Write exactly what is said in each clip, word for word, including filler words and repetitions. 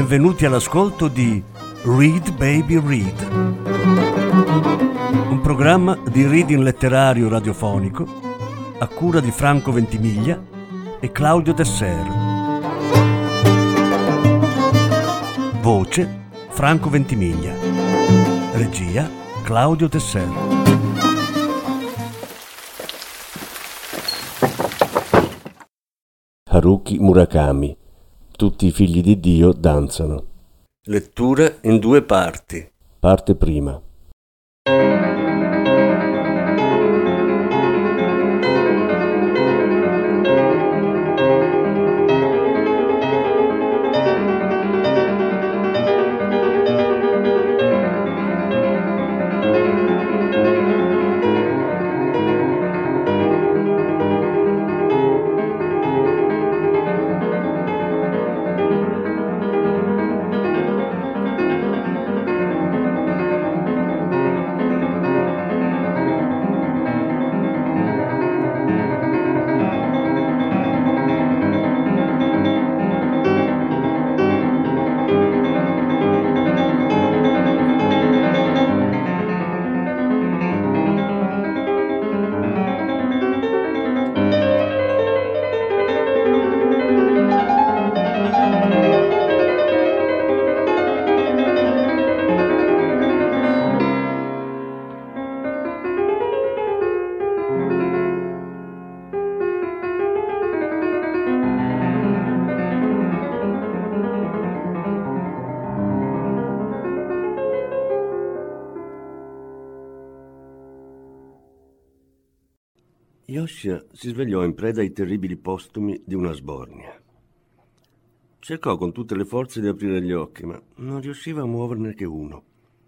Benvenuti all'ascolto di Read Baby Read, un programma di reading letterario radiofonico a cura di Franco Ventimiglia e Claudio Desser. Voce Franco Ventimiglia. Regia Claudio Desser. Haruki Murakami. Tutti i figli di Dio danzano. Lettura in due parti. Parte prima. Yoshia si svegliò in preda ai terribili postumi di una sbornia. Cercò con tutte le forze di aprire gli occhi, ma non riusciva a muoverne che uno.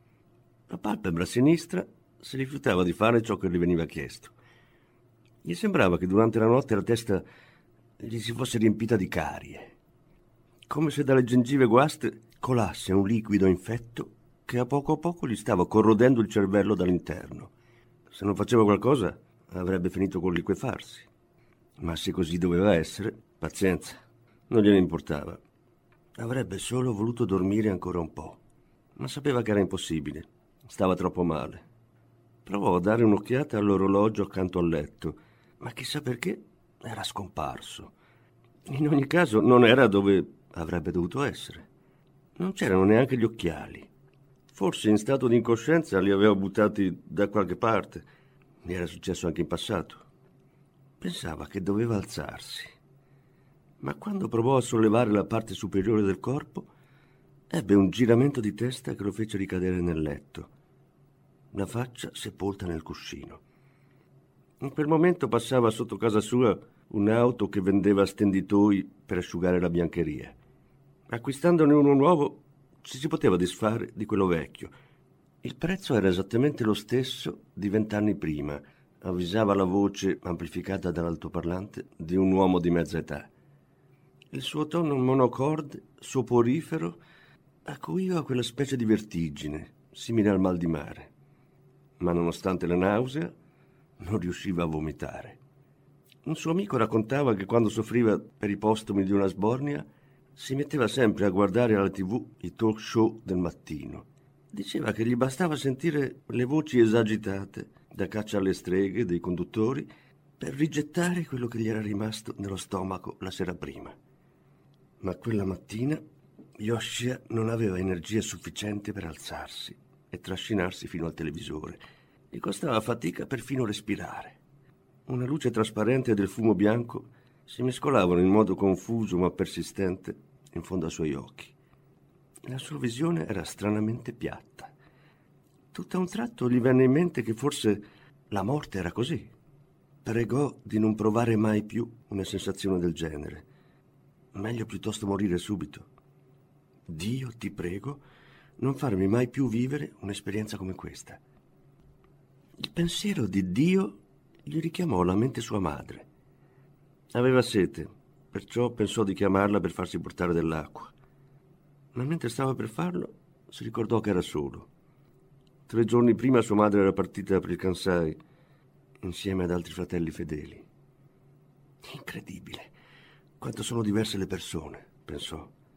La palpebra sinistra si rifiutava di fare ciò che gli veniva chiesto. Gli sembrava che durante la notte la testa gli si fosse riempita di carie, come se dalle gengive guaste colasse un liquido infetto che a poco a poco gli stava corrodendo il cervello dall'interno. Se non faceva qualcosa avrebbe finito col liquefarsi. Ma se così doveva essere, pazienza, non gliene importava. Avrebbe solo voluto dormire ancora un po', ma sapeva che era impossibile, stava troppo male. Provò a dare un'occhiata all'orologio accanto al letto, ma chissà perché era scomparso. In ogni caso non era dove avrebbe dovuto essere. Non c'erano neanche gli occhiali. Forse in stato di incoscienza li aveva buttati da qualche parte. Mi era successo anche in passato. Pensava che doveva alzarsi, ma quando provò a sollevare la parte superiore del corpo, ebbe un giramento di testa che lo fece ricadere nel letto, la faccia sepolta nel cuscino. In quel momento passava sotto casa sua un'auto che vendeva stenditoi per asciugare la biancheria. Acquistandone uno nuovo ci si poteva disfare di quello vecchio. Il prezzo era esattamente lo stesso di vent'anni prima, avvisava la voce amplificata dall'altoparlante di un uomo di mezza età. Il suo tono monocorde, soporifero, acuiva quella specie di vertigine, simile al mal di mare. Ma nonostante la nausea, non riusciva a vomitare. Un suo amico raccontava che quando soffriva per i postumi di una sbornia, si metteva sempre a guardare alla tivù i talk show del mattino. Diceva che gli bastava sentire le voci esagitate da Caccia alle streghe dei conduttori per rigettare quello che gli era rimasto nello stomaco la sera prima. Ma quella mattina Yoshia non aveva energia sufficiente per alzarsi e trascinarsi fino al televisore. Gli costava fatica perfino respirare. Una luce trasparente del fumo bianco si mescolavano in modo confuso ma persistente in fondo ai suoi occhi. La sua visione era stranamente piatta. Tutto a un tratto gli venne in mente che forse la morte era così. Pregò di non provare mai più una sensazione del genere. Meglio piuttosto morire subito. Dio, ti prego, non farmi mai più vivere un'esperienza come questa. Il pensiero di Dio gli richiamò alla mente sua madre. Aveva sete, perciò pensò di chiamarla per farsi portare dell'acqua. Ma mentre stava per farlo, si ricordò che era solo. Tre giorni prima sua madre era partita per il Kansai, insieme ad altri fratelli fedeli. Incredibile, quanto sono diverse le persone, pensò.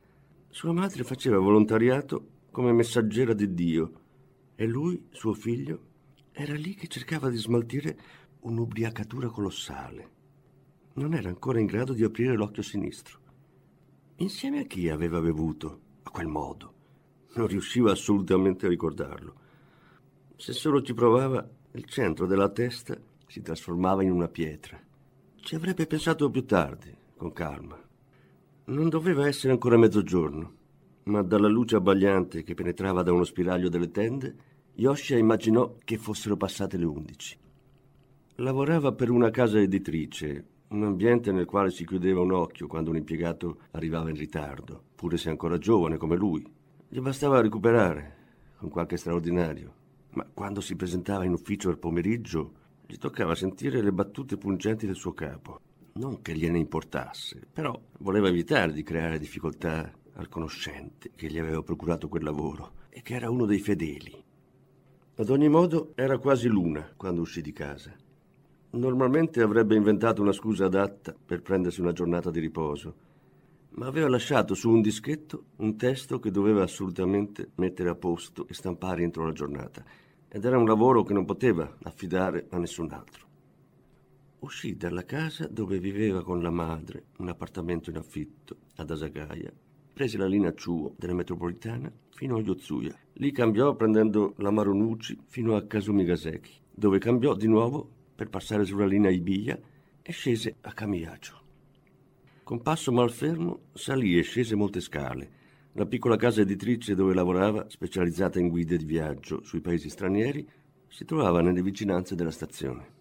Sua madre faceva volontariato come messaggera di Dio e lui, suo figlio, era lì che cercava di smaltire un'ubriacatura colossale. Non era ancora in grado di aprire l'occhio sinistro. Insieme a chi aveva bevuto a quel modo? Non riusciva assolutamente a ricordarlo. Se solo ci provava, il centro della testa si trasformava in una pietra. Ci avrebbe pensato più tardi, con calma. Non doveva essere ancora mezzogiorno, ma dalla luce abbagliante che penetrava da uno spiraglio delle tende, Yoshia immaginò che fossero passate le undici. Lavorava per una casa editrice, un ambiente nel quale si chiudeva un occhio quando un impiegato arrivava in ritardo, pure se ancora giovane come lui. Gli bastava recuperare, con qualche straordinario. Ma quando si presentava in ufficio al pomeriggio, gli toccava sentire le battute pungenti del suo capo. Non che gliene importasse, però voleva evitare di creare difficoltà al conoscente che gli aveva procurato quel lavoro e che era uno dei fedeli. Ad ogni modo, era quasi l'una quando uscì di casa. Normalmente avrebbe inventato una scusa adatta per prendersi una giornata di riposo, ma aveva lasciato su un dischetto un testo che doveva assolutamente mettere a posto e stampare entro la giornata, ed era un lavoro che non poteva affidare a nessun altro. Uscì dalla casa dove viveva con la madre, un appartamento in affitto ad Asagaya, prese la linea Chuo della metropolitana fino a Yotsuya. Lì cambiò prendendo la Marunouchi fino a Kasumigaseki, dove cambiò di nuovo per passare sulla linea Hibiya e scese a Kamiyacho. Con passo malfermo salì e scese molte scale. La piccola casa editrice dove lavorava, specializzata in guide di viaggio sui paesi stranieri, si trovava nelle vicinanze della stazione.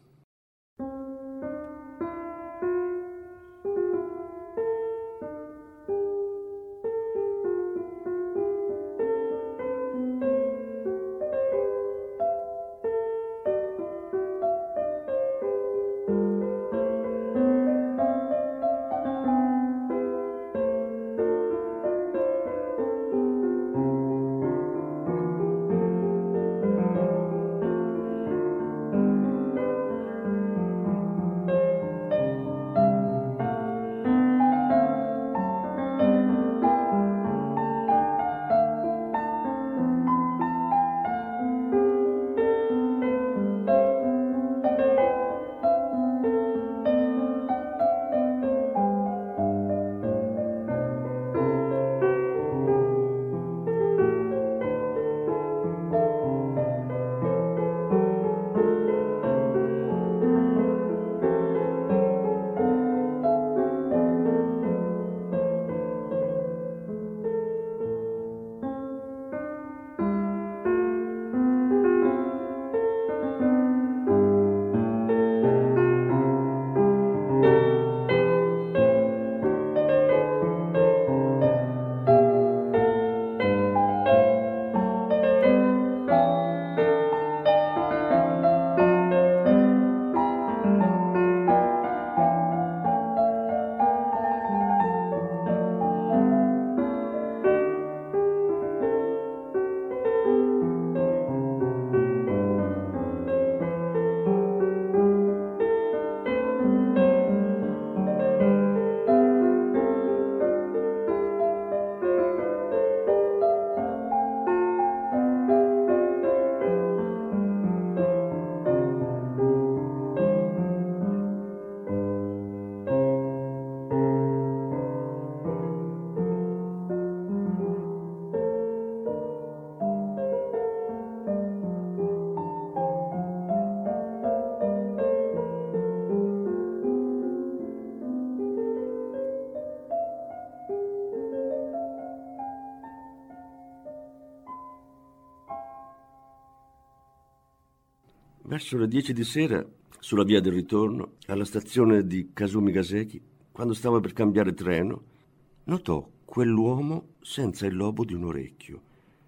Verso le dieci di sera, sulla via del ritorno, alla stazione di Kasumigaseki, quando stava per cambiare treno, notò quell'uomo senza il lobo di un orecchio.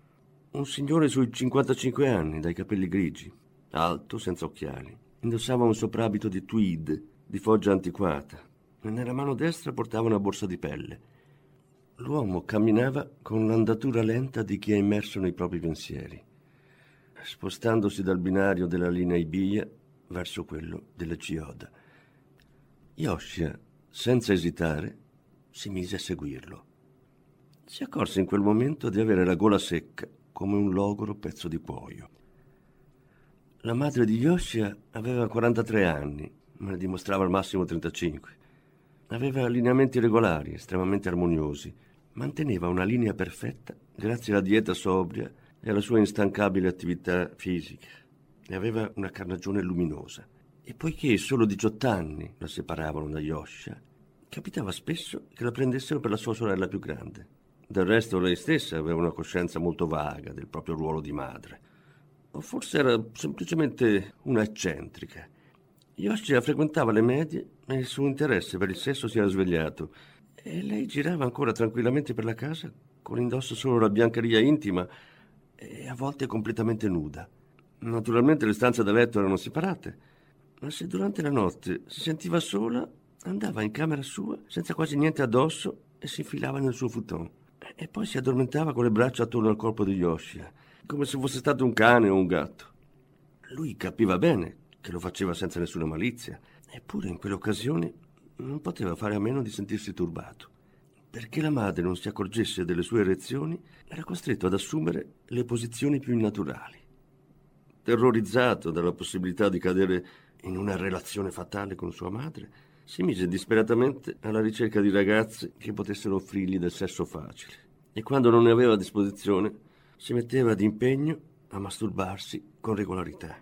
Un signore sui cinquantacinque anni, dai capelli grigi, alto, senza occhiali. Indossava un soprabito di tweed, di foggia antiquata, e nella mano destra portava una borsa di pelle. L'uomo camminava con l'andatura lenta di chi è immerso nei propri pensieri, spostandosi dal binario della linea Hibiya verso quello della Chiyoda. Yoshia, senza esitare, si mise a seguirlo. Si accorse in quel momento di avere la gola secca come un logoro pezzo di cuoio. La madre di Yoshia aveva quarantatré anni, ma ne dimostrava al massimo trentacinque. Aveva lineamenti regolari, estremamente armoniosi. Manteneva una linea perfetta grazie alla dieta sobria e alla sua instancabile attività fisica. E aveva una carnagione luminosa. E poiché solo diciotto anni la separavano da Yoshia, capitava spesso che la prendessero per la sua sorella più grande. Del resto lei stessa aveva una coscienza molto vaga del proprio ruolo di madre. O forse era semplicemente una eccentrica. Yoshia frequentava le medie e il suo interesse per il sesso si era svegliato e lei girava ancora tranquillamente per la casa con indosso solo la biancheria intima e a volte completamente nuda. Naturalmente le stanze da letto erano separate, ma se durante la notte si sentiva sola, andava in camera sua senza quasi niente addosso e si infilava nel suo futon. E poi si addormentava con le braccia attorno al corpo di Yoshia, come se fosse stato un cane o un gatto. Lui capiva bene che lo faceva senza nessuna malizia, eppure in quelle occasioni non poteva fare a meno di sentirsi turbato. Perché la madre non si accorgesse delle sue erezioni, era costretto ad assumere le posizioni più innaturali. Terrorizzato dalla possibilità di cadere in una relazione fatale con sua madre, si mise disperatamente alla ricerca di ragazze che potessero offrirgli del sesso facile. E quando non ne aveva a disposizione, si metteva d'impegno a masturbarsi con regolarità.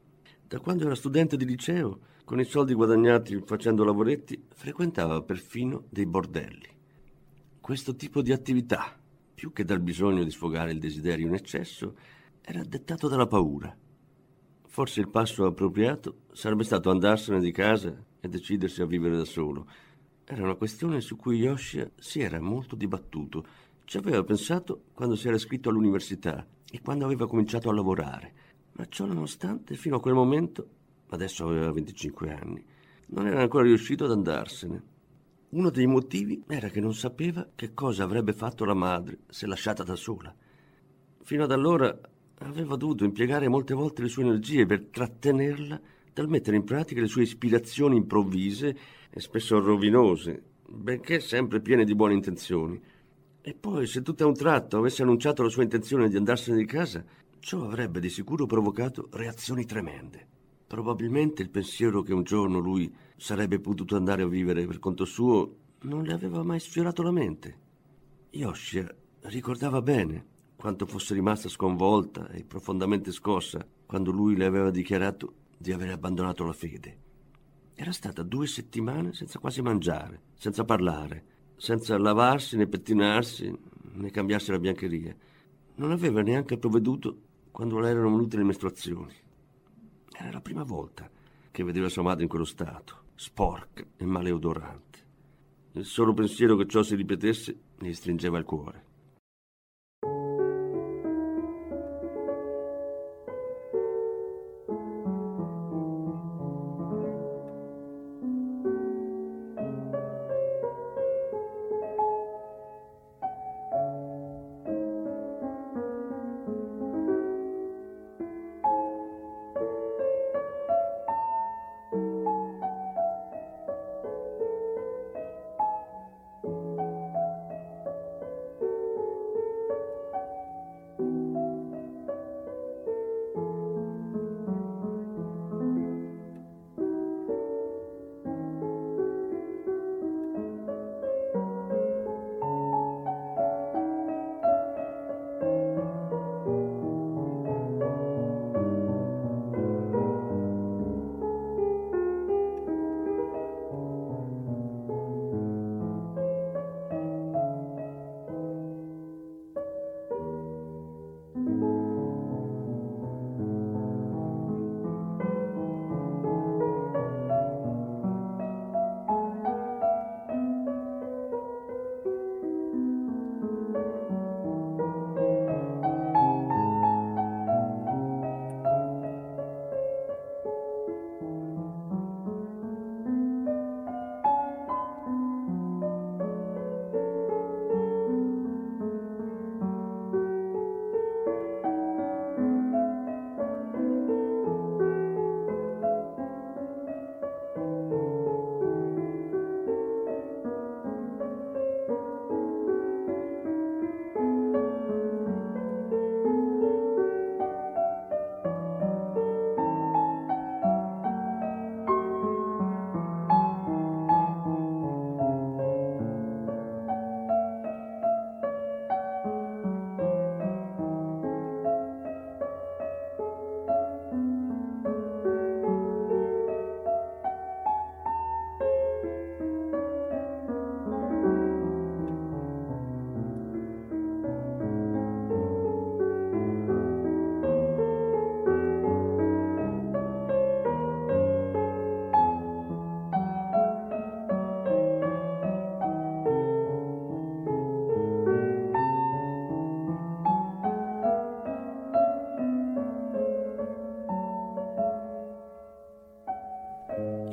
Da quando era studente di liceo, con i soldi guadagnati facendo lavoretti, frequentava perfino dei bordelli. Questo tipo di attività, più che dal bisogno di sfogare il desiderio in eccesso, era dettato dalla paura. Forse il passo appropriato sarebbe stato andarsene di casa e decidersi a vivere da solo. Era una questione su cui Yoshia si era molto dibattuto. Ci aveva pensato quando si era iscritto all'università e quando aveva cominciato a lavorare. Ma ciò nonostante, fino a quel momento, adesso aveva venticinque anni, non era ancora riuscito ad andarsene. Uno dei motivi era che non sapeva che cosa avrebbe fatto la madre se lasciata da sola. Fino ad allora aveva dovuto impiegare molte volte le sue energie per trattenerla dal mettere in pratica le sue ispirazioni improvvise e spesso rovinose, benché sempre piene di buone intenzioni. E poi, se tutto a un tratto avesse annunciato la sua intenzione di andarsene di casa, ciò avrebbe di sicuro provocato reazioni tremende. Probabilmente il pensiero che un giorno lui sarebbe potuto andare a vivere per conto suo non le aveva mai sfiorato la mente. Yoshia ricordava bene quanto fosse rimasta sconvolta e profondamente scossa quando lui le aveva dichiarato di aver abbandonato la fede. Era stata due settimane senza quasi mangiare, senza parlare, senza lavarsi né pettinarsi né cambiarsi la biancheria. Non aveva neanche provveduto quando le erano venute le mestruazioni. Era la prima volta che vedeva sua madre in quello stato, sporca e maleodorante. Il solo pensiero che ciò si ripetesse gli stringeva il cuore.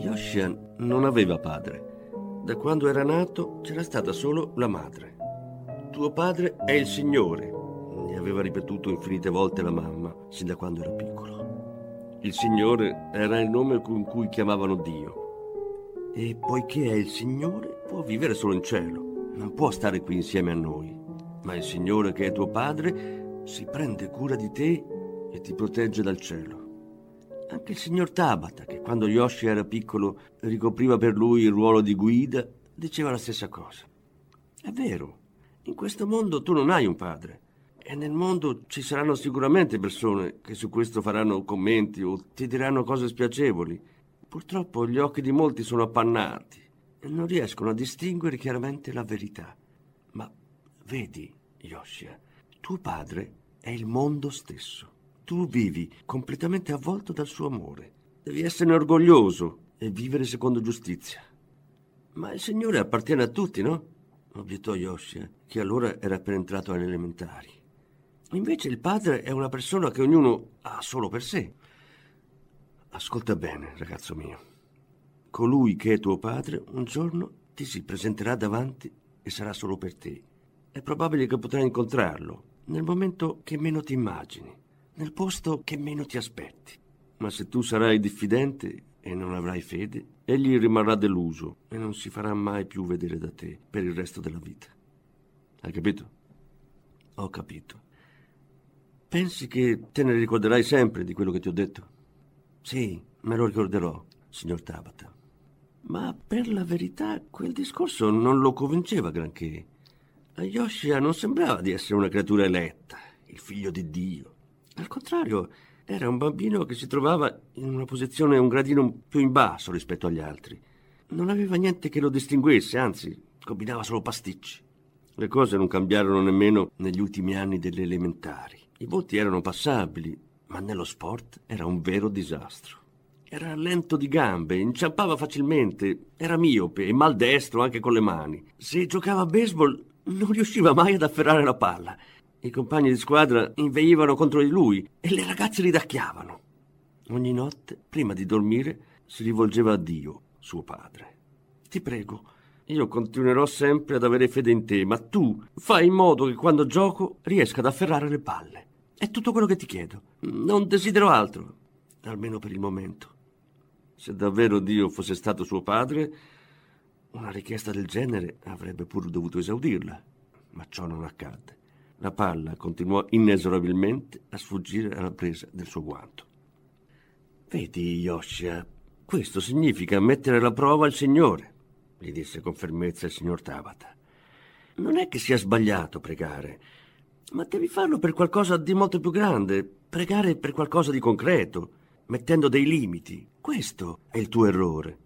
Yoshia non aveva padre. Da quando era nato c'era stata solo la madre. Tuo padre è il Signore, gli aveva ripetuto infinite volte la mamma, sin da quando era piccolo. Il Signore era il nome con cui chiamavano Dio. E poiché è il Signore, può vivere solo in cielo, non può stare qui insieme a noi. Ma il Signore, che è tuo padre, si prende cura di te e ti protegge dal cielo. Anche il signor Tabata, che quando Yoshi era piccolo ricopriva per lui il ruolo di guida, diceva la stessa cosa. È vero, in questo mondo tu non hai un padre, e nel mondo ci saranno sicuramente persone che su questo faranno commenti o ti diranno cose spiacevoli. Purtroppo gli occhi di molti sono appannati e non riescono a distinguere chiaramente la verità. Ma vedi, Yoshia, tuo padre è il mondo stesso. Tu vivi completamente avvolto dal suo amore. Devi esserne orgoglioso e vivere secondo giustizia. Ma il Signore appartiene a tutti, no? Obiettò Yoshia, che allora era appena entrato alle elementari. Invece il padre è una persona che ognuno ha solo per sé. Ascolta bene, ragazzo mio. Colui che è tuo padre un giorno ti si presenterà davanti e sarà solo per te. È probabile che potrai incontrarlo nel momento che meno ti immagini, nel posto che meno ti aspetti. Ma se tu sarai diffidente e non avrai fede, egli rimarrà deluso e non si farà mai più vedere da te per il resto della vita. Hai capito? Ho capito. Pensi che te ne ricorderai sempre di quello che ti ho detto? Sì, me lo ricorderò, signor Tabata. Ma per la verità quel discorso non lo convinceva granché. A Yoshia non sembrava di essere una creatura eletta, il figlio di Dio. Al contrario, era un bambino che si trovava in una posizione un gradino più in basso rispetto agli altri. Non aveva niente che lo distinguesse, anzi, combinava solo pasticci. Le cose non cambiarono nemmeno negli ultimi anni delle elementari. I voti erano passabili, ma nello sport era un vero disastro. Era lento di gambe, inciampava facilmente, era miope e maldestro anche con le mani. Se giocava a baseball non riusciva mai ad afferrare la palla. I compagni di squadra inveivano contro di lui e le ragazze ridacchiavano. Ogni notte, prima di dormire, si rivolgeva a Dio, suo padre. Ti prego, io continuerò sempre ad avere fede in te, ma tu fai in modo che quando gioco riesca ad afferrare le palle. È tutto quello che ti chiedo. Non desidero altro, almeno per il momento. Se davvero Dio fosse stato suo padre, una richiesta del genere avrebbe pur dovuto esaudirla, ma ciò non accadde. La palla continuò inesorabilmente a sfuggire alla presa del suo guanto. Vedi, Yoshia, questo significa mettere alla prova il Signore, gli disse con fermezza il signor Tabata. Non è che sia sbagliato pregare, ma devi farlo per qualcosa di molto più grande, pregare per qualcosa di concreto, mettendo dei limiti. Questo è il tuo errore.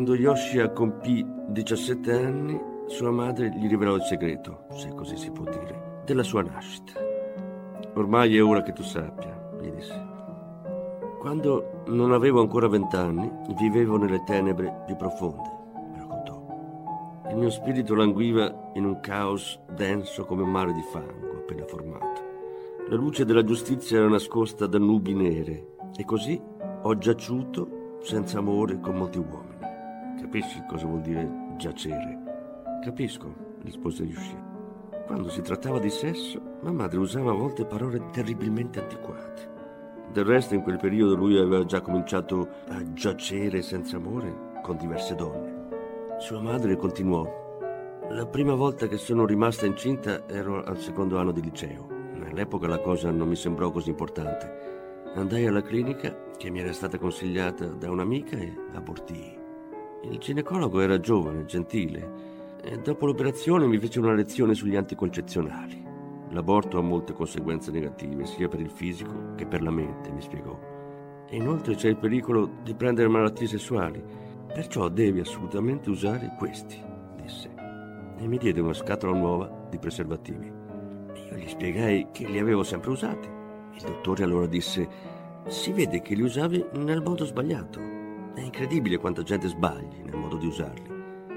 Quando Yoshia compì diciassette anni, sua madre gli rivelò il segreto, se così si può dire, della sua nascita. Ormai è ora che tu sappia, gli disse. Quando non avevo ancora vent'anni, vivevo nelle tenebre più profonde, mi raccontò. Il mio spirito languiva in un caos denso come un mare di fango appena formato. La luce della giustizia era nascosta da nubi nere e così ho giaciuto senza amore con molti uomini. Capisci cosa vuol dire giacere? Capisco, rispose Yoshia. Quando si trattava di sesso, mia madre usava a volte parole terribilmente antiquate. Del resto, in quel periodo lui aveva già cominciato a giacere senza amore con diverse donne. Sua madre continuò. La prima volta che sono rimasta incinta ero al secondo anno di liceo. All'epoca la cosa non mi sembrò così importante. Andai alla clinica, che mi era stata consigliata da un'amica, e abortii. Il ginecologo era giovane, gentile, e dopo l'operazione mi fece una lezione sugli anticoncezionali. L'aborto ha molte conseguenze negative, sia per il fisico che per la mente, mi spiegò. E inoltre c'è il pericolo di prendere malattie sessuali, perciò devi assolutamente usare questi, disse. E mi diede una scatola nuova di preservativi. Io gli spiegai che li avevo sempre usati. Il dottore allora disse: si vede che li usavi nel modo sbagliato. È incredibile quanta gente sbagli nel modo di usarli.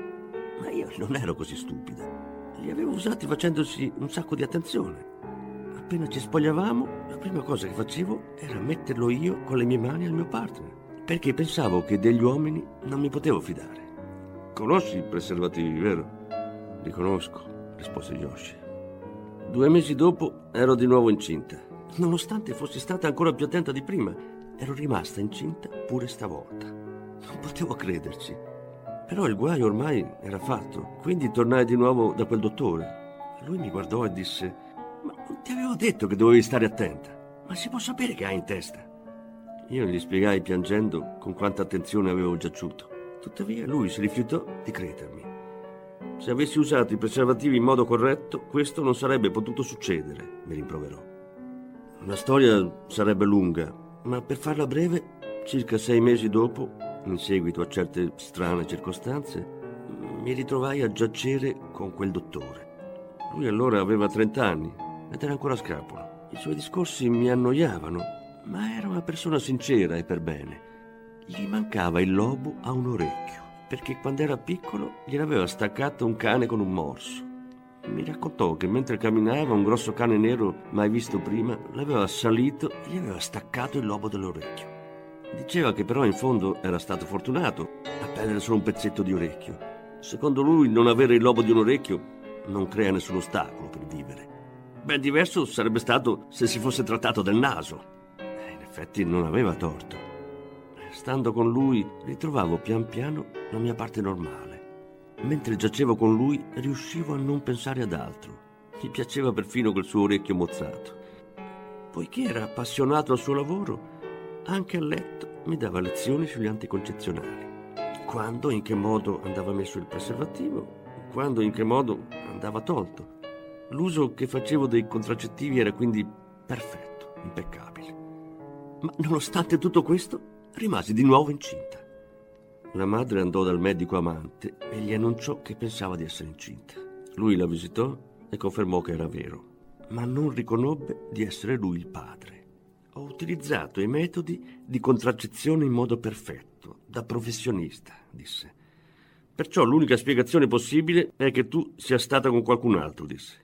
Ma io non ero così stupida. Li avevo usati facendosi un sacco di attenzione. Appena ci spogliavamo, la prima cosa che facevo era metterlo io con le mie mani al mio partner, perché pensavo che degli uomini non mi potevo fidare. Conosci i preservativi, vero? Li conosco, rispose Yoshi. Due mesi dopo ero di nuovo incinta. Nonostante fossi stata ancora più attenta di prima, ero rimasta incinta pure stavolta. Non potevo crederci. Però il guaio ormai era fatto, quindi tornai di nuovo da quel dottore. Lui mi guardò e disse: ma non ti avevo detto che dovevi stare attenta? Ma si può sapere che hai in testa? Io gli spiegai piangendo con quanta attenzione avevo giaciuto. Tuttavia lui si rifiutò di credermi. Se avessi usato i preservativi in modo corretto, questo non sarebbe potuto succedere, mi rimproverò. La storia sarebbe lunga, ma per farla breve, circa sei mesi dopo, in seguito a certe strane circostanze, mi ritrovai a giacere con quel dottore. Lui allora aveva trent'anni ed era ancora scapolo. I suoi discorsi mi annoiavano, ma era una persona sincera e per bene. Gli mancava il lobo a un orecchio, perché quando era piccolo gliel'aveva staccato un cane con un morso. Mi raccontò che mentre camminava un grosso cane nero mai visto prima l'aveva assalito e gli aveva staccato il lobo dell'orecchio. Diceva che però in fondo era stato fortunato a perdere solo un pezzetto di orecchio. Secondo lui non avere il lobo di un orecchio non crea nessun ostacolo per vivere. Ben diverso sarebbe stato se si fosse trattato del naso. E in effetti non aveva torto. Stando con lui ritrovavo pian piano la mia parte normale. Mentre giacevo con lui riuscivo a non pensare ad altro. Mi piaceva perfino quel suo orecchio mozzato. Poiché era appassionato al suo lavoro, anche a letto mi dava lezioni sugli anticoncezionali. Quando e in che modo andava messo il preservativo, quando e in che modo andava tolto. L'uso che facevo dei contraccettivi era quindi perfetto, impeccabile. Ma nonostante tutto questo, rimasi di nuovo incinta. La madre andò dal medico amante e gli annunciò che pensava di essere incinta. Lui la visitò e confermò che era vero, ma non riconobbe di essere lui il padre. Ho utilizzato i metodi di contraccezione in modo perfetto, da professionista, disse. Perciò l'unica spiegazione possibile è che tu sia stata con qualcun altro, disse.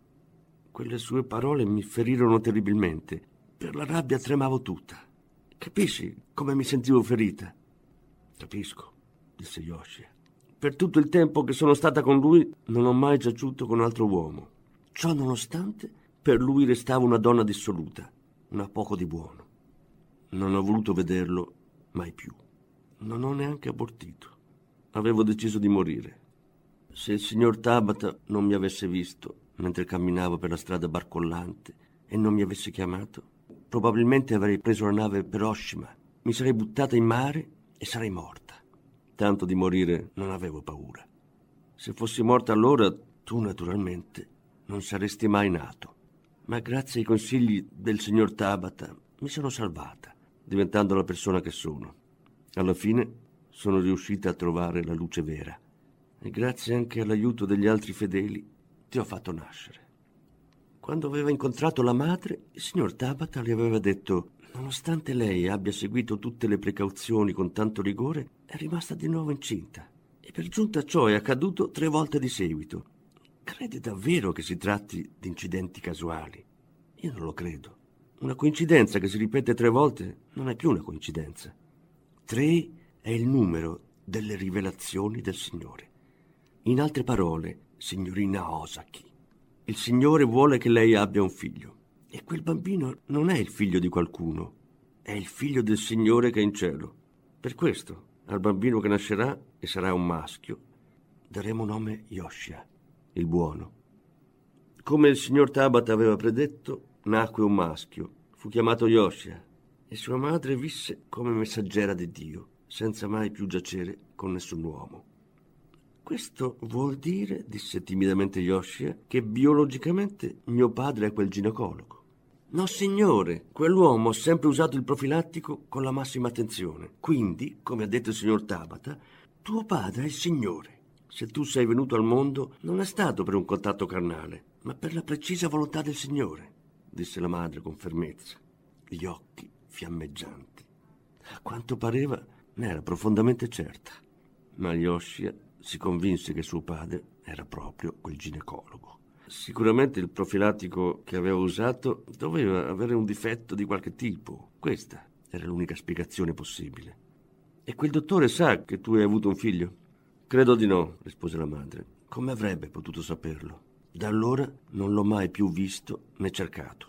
Quelle sue parole mi ferirono terribilmente. Per la rabbia tremavo tutta. Capisci come mi sentivo ferita? Capisco, disse Yoshi. Per tutto il tempo che sono stata con lui non ho mai giaciuto con altro uomo. Ciò nonostante, per lui restavo una donna dissoluta. Una poco di buono. Non ho voluto vederlo mai più. Non ho neanche abortito. Avevo deciso di morire. Se il signor Tabata non mi avesse visto mentre camminavo per la strada barcollante e non mi avesse chiamato, probabilmente avrei preso la nave per Oshima, mi sarei buttata in mare e sarei morta. Tanto di morire non avevo paura. Se fossi morta allora, tu naturalmente non saresti mai nato. Ma grazie ai consigli del signor Tabata mi sono salvata, diventando la persona che sono. Alla fine sono riuscita a trovare la luce vera e grazie anche all'aiuto degli altri fedeli ti ho fatto nascere. Quando aveva incontrato la madre, il signor Tabata le aveva detto: nonostante lei abbia seguito tutte le precauzioni con tanto rigore, è rimasta di nuovo incinta. E per giunta ciò è accaduto tre volte di seguito. Crede davvero che si tratti di incidenti casuali? Io non lo credo. Una coincidenza che si ripete tre volte non è più una coincidenza. Tre è il numero delle rivelazioni del Signore. In altre parole, signorina Osaki, il Signore vuole che lei abbia un figlio. E quel bambino non è il figlio di qualcuno, è il figlio del Signore che è in cielo. Per questo, al bambino che nascerà, e sarà un maschio, daremo nome Yoshia, il buono. Come il signor Tabata aveva predetto, nacque un maschio, fu chiamato Yoshia, e sua madre visse come messaggera di Dio, senza mai più giacere con nessun uomo. Questo vuol dire, disse timidamente Yoshia, che biologicamente mio padre è quel ginecologo. No, signore, quell'uomo ha sempre usato il profilattico con la massima attenzione. Quindi, come ha detto il signor Tabata, tuo padre è il Signore. Se tu sei venuto al mondo, non è stato per un contatto carnale, ma per la precisa volontà del Signore, disse la madre con fermezza, gli occhi fiammeggianti. A quanto pareva, ne era profondamente certa. Ma Yoshia si convinse che suo padre era proprio quel ginecologo. Sicuramente il profilattico che aveva usato doveva avere un difetto di qualche tipo. Questa era l'unica spiegazione possibile. E quel dottore sa che tu hai avuto un figlio? Credo di no, rispose la madre. Come avrebbe potuto saperlo? Da allora non l'ho mai più visto né cercato.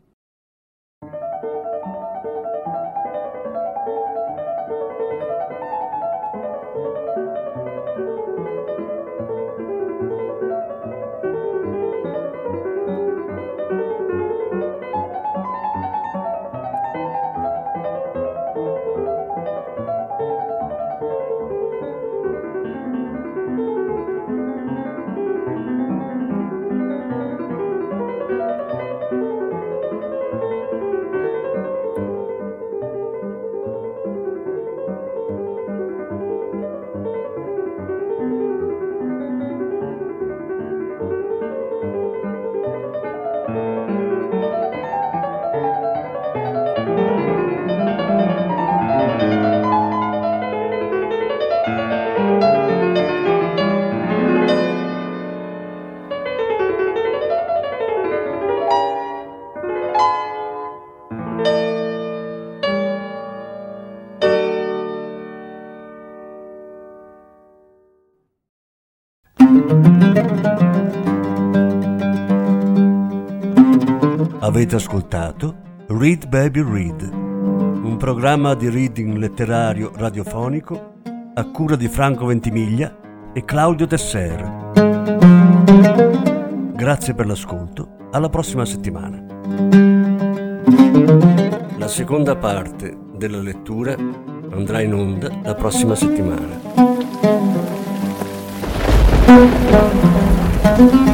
Avete ascoltato Read Baby Read, un programma di reading letterario radiofonico a cura di Franco Ventimiglia e Claudio Tesser. Grazie per l'ascolto, alla prossima settimana. La seconda parte della lettura andrà in onda la prossima settimana.